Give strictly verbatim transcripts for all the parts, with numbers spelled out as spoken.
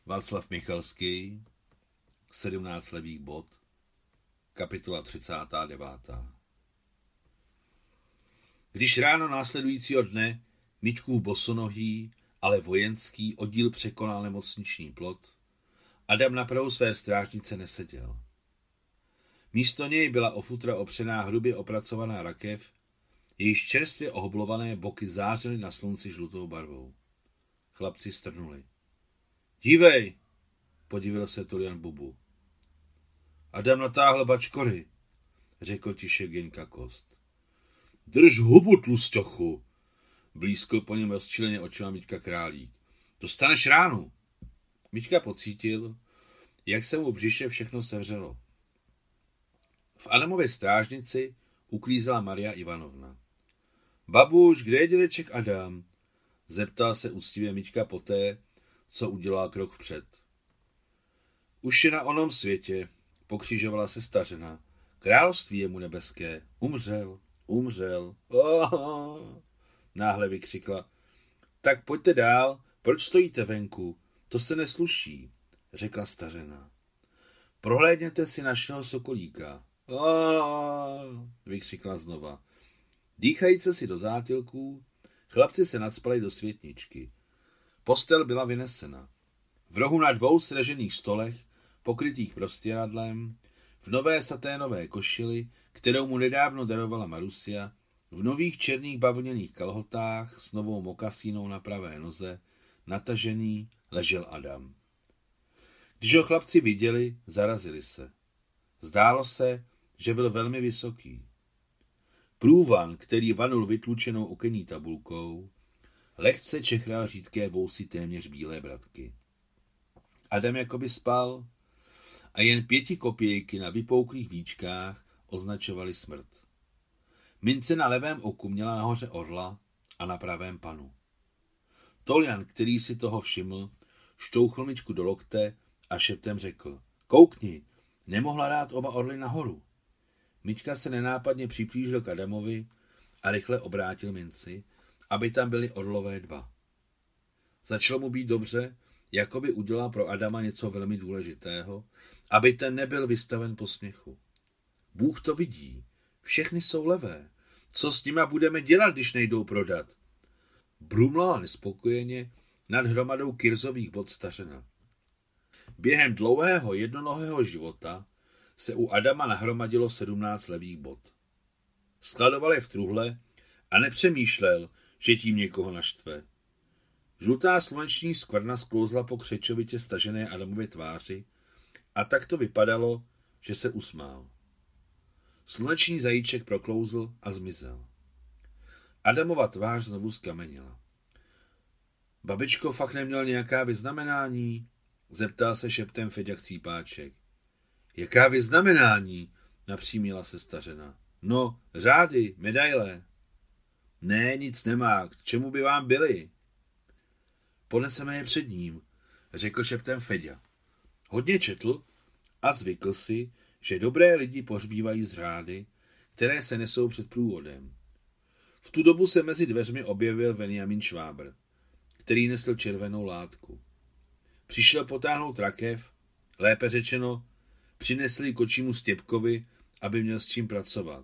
Václav Michalský, sedmnáct levých bod, kapitola třicátá devátá. Když ráno následujícího dne Miťkův bosonohý, ale vojenský oddíl překonal nemocniční plot, Adam na prahu své strážnice neseděl. Místo něj byla o futra opřená hrubě opracovaná rakev, jejíž čerstvě ohoblované boky zářily na slunci žlutou barvou. Chlapci strnuli. Dívej, podivil se Tolian Bubu. Adam natáhl bačkory, řekl tiše Geňka Kost. Drž hubu, tlusťochu, blízkl po něm rozčileně očima Miťka Králík. Dostaneš ránu. Miťka pocítil, jak se mu břiše všechno sevřelo. V Adamově strážnici uklízela Maria Ivanovna. Babuš, kde je dědeček Adam? Zeptal se úctivě Miťka poté, co udělal krok vpřed. Už je na onom světě, pokřižovala se stařena. Království je mu nebeské. Umřel, umřel. Oh! Náhle vykřikla. Tak pojďte dál, proč stojíte venku? To se nesluší, řekla stařena. Prohlédněte si našeho sokolíka. Oh! Vykřikla znova. Dýchajíce si do zátilků, chlapci se nacpali do světničky. Postel byla vynesena. V rohu na dvou srežených stolech, pokrytých prostěradlem, v nové saténové košili, kterou mu nedávno darovala Marusia, v nových černých bavlněných kalhotách s novou mokasínou na pravé noze, natažený, ležel Adam. Když ho chlapci viděli, zarazili se. Zdálo se, že byl velmi vysoký. Průvan, který vanul vytlučenou okenní tabulkou, lehce čechral řídké vousy téměř bílé bratky. Adam jakoby spal a jen pěti kopějky na vypouklých víčkách označovaly smrt. Mince na levém oku měla nahoře orla a na pravém panu. Tolian, který si toho všiml, šťouchl Miťku do lokte a šeptem řekl. Koukni, nemohla dát oba orly nahoru. Miťka se nenápadně připlížil k Adamovi a rychle obrátil minci, aby tam byly orlové dva. Začalo mu být dobře, jako by udělal pro Adama něco velmi důležitého, aby ten nebyl vystaven posměchu. Bůh to vidí, všechny jsou levé. Co s nima budeme dělat, když nejdou prodat? Brumlala nespokojeně nad hromadou kirzových bod stařena. Během dlouhého jednonohého života se u Adama nahromadilo sedmnáct levých bod. Skladoval je v truhle a nepřemýšlel, že tím někoho naštve. Žlutá sluneční skvrna sklouzla po křečovitě stažené Adamově tváři a tak to vypadalo, že se usmál. Sluneční zajíček proklouzl a zmizel. Adamova tvář znovu zkamenila. Babičko, fakt neměl nějaká vyznamenání? Zeptal se šeptem Feďa Chcípáček. Jaká vyznamenání? Napřímila se stařena. No, řády, medaile. Ne, nic nemá, k čemu by vám byly? Poneseme je před ním, řekl šeptem Feďa. Hodně četl a zvykl si, že dobré lidi pohřbívají z řády, které se nesou před průvodem. V tu dobu se mezi dveřmi objevil Benjamin Švábr, který nesl červenou látku. Přišel potáhnout rakev, lépe řečeno, přinesli kočímu Stěpkovi, aby měl s čím pracovat.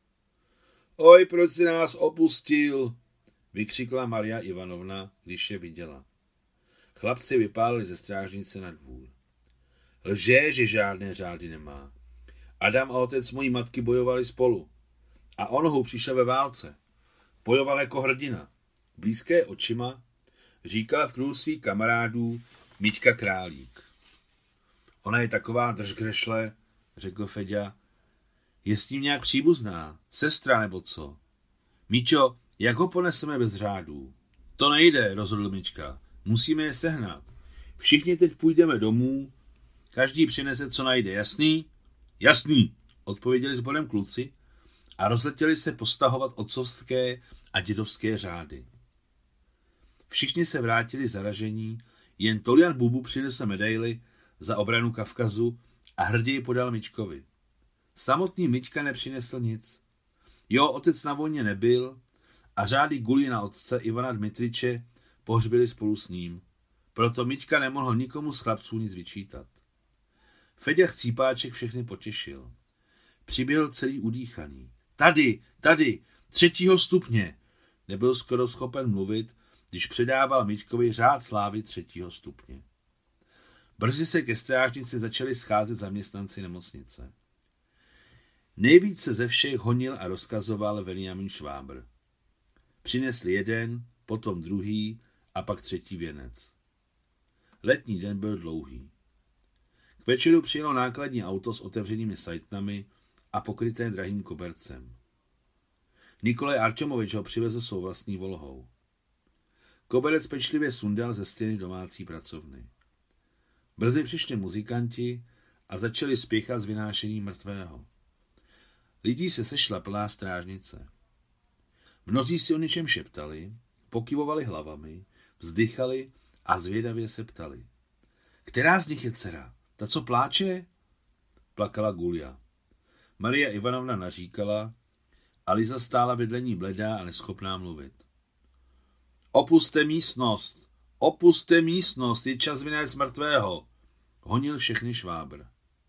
Oj, proč si nás opustil? Vykřikla Maria Ivanovna, když je viděla. Chlapci vypálili ze strážnice na dvůr. Lže, že žádné řády nemá. Adam a otec mojí matky bojovali spolu. A on přišel ve válce. Bojoval jako hrdina. Blízké očima říkala v kruhu svých kamarádů Miťka Králík. Ona je taková držgrešle, řekl Feďa. Je s ním nějak příbuzná, sestra nebo co? Míťo, jak ho poneseme bez řádů? To nejde, rozhodl Miťka. Musíme je sehnat. Všichni teď půjdeme domů, každý přinese, co najde. Jasný? Jasný, odpověděli sborem kluci a rozletěli se postahovat otcovské a dědovské řády. Všichni se vrátili zaražení, jen Tolian Bubu přinesl medaili za obranu Kavkazu a hrdě podal Miťkovi. Samotný Miťka nepřinesl nic. Jeho otec na vojně nebyl a řády Gulina otce Ivana Dmitriče pohřbili spolu s ním. proto Miťka nemohl nikomu z chlapců nic vyčítat. Feďa Chcípáček všechny potěšil. Přiběhl celý udýchaný. Tady, tady, třetího stupně. Nebyl skoro schopen mluvit, když předával Miťkovi řád slávy třetího stupně. Brzy se ke strážnici začali scházet zaměstnanci nemocnice. Nejvíce ze všech honil a rozkazoval Veniamin Švábr. Přinesli jeden, potom druhý a pak třetí věnec. Letní den byl dlouhý. K večeru přijelo nákladní auto s otevřenými sajtnami a pokryté drahým kobercem. Nikolaj Arčomovič ho přivezl svou vlastní Volhou. Koberec pečlivě sundal ze stěny domácí pracovny. Brzy přišli muzikanti a začali spěchat s vynášením mrtvého. Lidí se sešla plná strážnice. Mnozí si o něčem šeptali, pokyvovali hlavami, vzdychali a zvědavě se ptali. Která z nich je dcera? Ta, co pláče? Plakala Gulja. Maria Ivanovna naříkala a Liza stála vedle ní bledá a neschopná mluvit. Opuste místnost! Opuste místnost! Je čas vynést mrtvého! Honil všechny Švábr.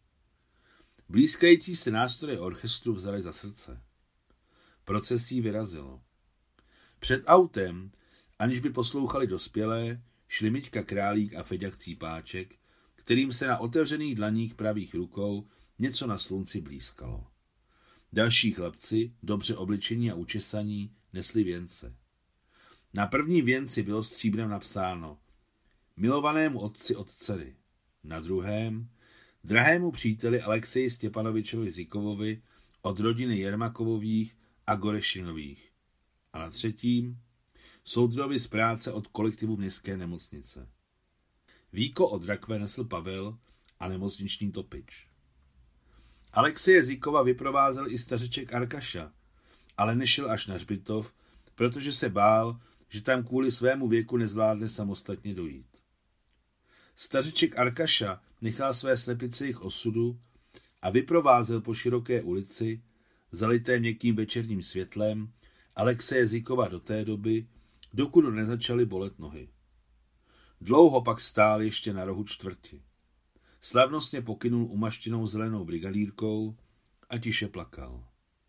Blízkající se nástroje orchestru vzali za srdce. Procesí vyrazilo. Před autem, aniž by poslouchali dospělé, šli Miťka Králík a Feďa Chcípáček, kterým se na otevřených dlaních pravých rukou něco na slunci blízkalo. Další chlapci, dobře obličení a učesaní, nesli věnce. Na první věnci bylo stříbrem napsáno milovanému otci od dcery, na druhém drahému příteli Alexeji Stěpanovičovi Zikovovi od rodiny Jermakovových a Gorešinových a na třetím soudrovi z práce od kolektivu městské nemocnice. Víko od rakve nesl Pavel a nemocniční topič. Alexeje Zikova vyprovázel i stařeček Arkaša, ale nešel až na hřbitov, protože se bál, že tam kvůli svému věku nezvládne samostatně dojít. Stařeček Arkaša nechal své slepice jejich osudu a vyprovázel po široké ulici, zalité měkkým večerním světlem, Alexeje Zikova do té doby, dokud nezačaly bolet nohy. Dlouho pak stál ještě na rohu čtvrti. Slavnostně pokynul umaštěnou zelenou brigadírkou a tiše plakal.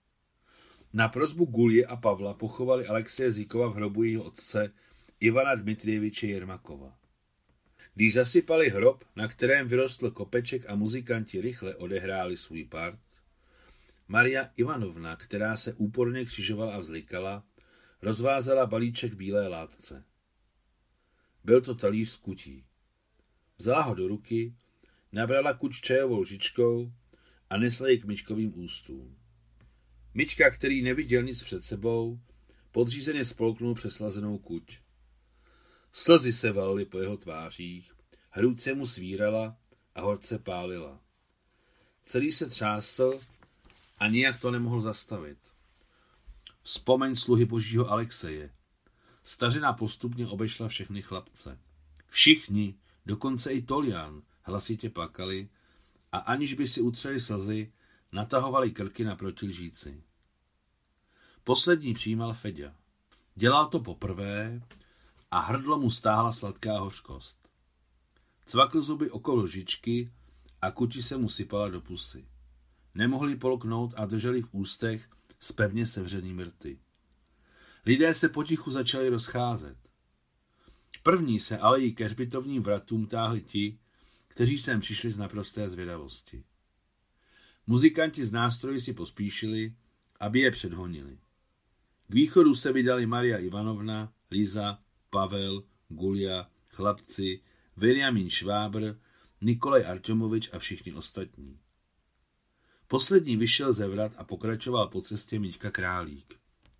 Na prosbu Gulje a Pavla pochovali Alexeje Zikova v hrobu jeho otce Ivana Dmitrieviče Jermakova. Když zasypali hrob, na kterém vyrostl kopeček a muzikanti rychle odehráli svůj part, Maria Ivanovna, která se úporně křižovala a vzlikala, rozvázala balíček bílé látce. Byl to talíř s kutí. Vzala ho do ruky, nabrala kuť čajovou lžičkou a nesla ji k Miťkovým ústům. Miťka, který neviděl nic před sebou, podřízeně spolknul přeslazenou kuť. Slzy se valily po jeho tvářích, hrůdce mu svírala a horce pálila. Celý se třásl a nijak to nemohl zastavit. Vzpomeň sluhy božího Alexeje. Stařina postupně obešla všechny chlapce. Všichni, dokonce i Toljan, hlasitě plakali a aniž by si utřeli slzy, natahovali krky naproti lžíci. Poslední přijímal Feďa. Dělal to poprvé a hrdlo mu stáhla sladká hořkost. Cvakl zuby okolo lžičky a kuti se mu sypala do pusy. Nemohli polknout a drželi v ústech s pevně sevřenými rty. Lidé se potichu začali rozcházet. První se alejí ke hřbitovním vratům táhli ti, kteří sem přišli z naprosté zvědavosti. Muzikanti z nástroji si pospíšili, aby je předhonili. K východu se vydali Maria Ivanovna, Liza, Pavel, Gulja, chlapci, Veniamin Švábr, Nikolaj Arčomovič a všichni ostatní. Poslední vyšel ze vrat a pokračoval po cestě Miťka Králík.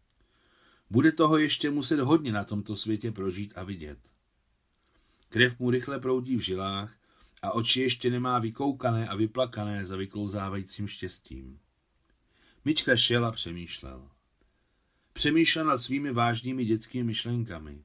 Bude toho ještě muset hodně na tomto světě prožít a vidět. Krev mu rychle proudí v žilách a oči ještě nemá vykoukané a vyplakané za vyklouzávajícím štěstím. Miťka šel a přemýšlel. Přemýšlel nad svými vážnými dětskými myšlenkami.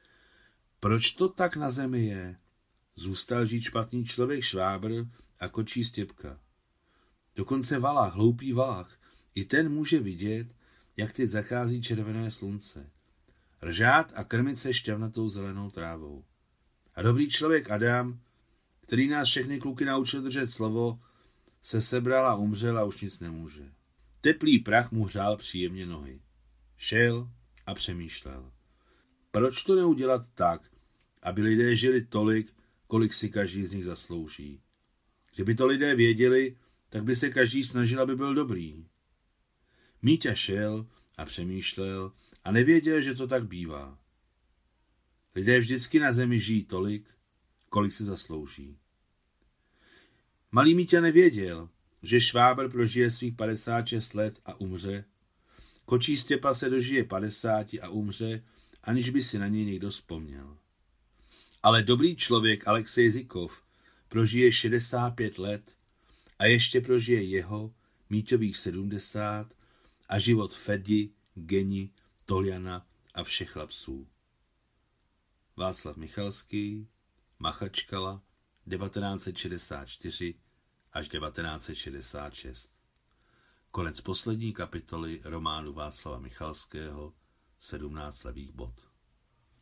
Proč to tak na zemi je? Zůstal žít špatný člověk Švábr a kočí Stěpka. Dokonce Valach, hloupý Valach, i ten může vidět, jak teď zachází červené slunce. Ržát a krmit se šťavnatou zelenou trávou. A dobrý člověk Adam, který nás všechny kluky naučil držet slovo, se sebral a umřel a už nic nemůže. Teplý prach mu hřál příjemně nohy. Šel a přemýšlel. Proč to neudělat tak, aby lidé žili tolik, kolik si každý z nich zaslouží? Kdyby to lidé věděli, tak by se každý snažil, aby byl dobrý. Míťa šel a přemýšlel a nevěděl, že to tak bývá. Lidé vždycky na zemi žijí tolik, kolik si zaslouží. Malý Míťa nevěděl, že Švábr prožije svých padesát šest let a umře. Kočí Stěpa se dožije padesáti a umře, aniž by si na něj někdo vzpomněl. Ale dobrý člověk Alexej Zykov prožije šedesát pět let a ještě prožije jeho, Míťových sedmdesát a život Fedi, Geni, Toljana a všech chlapců. Václav Michalský, Machačkala, devatenáct set šedesát čtyři až devatenáct set šedesát šest. Konec poslední kapitoly románu Václava Michalského sedmnáct levých bod.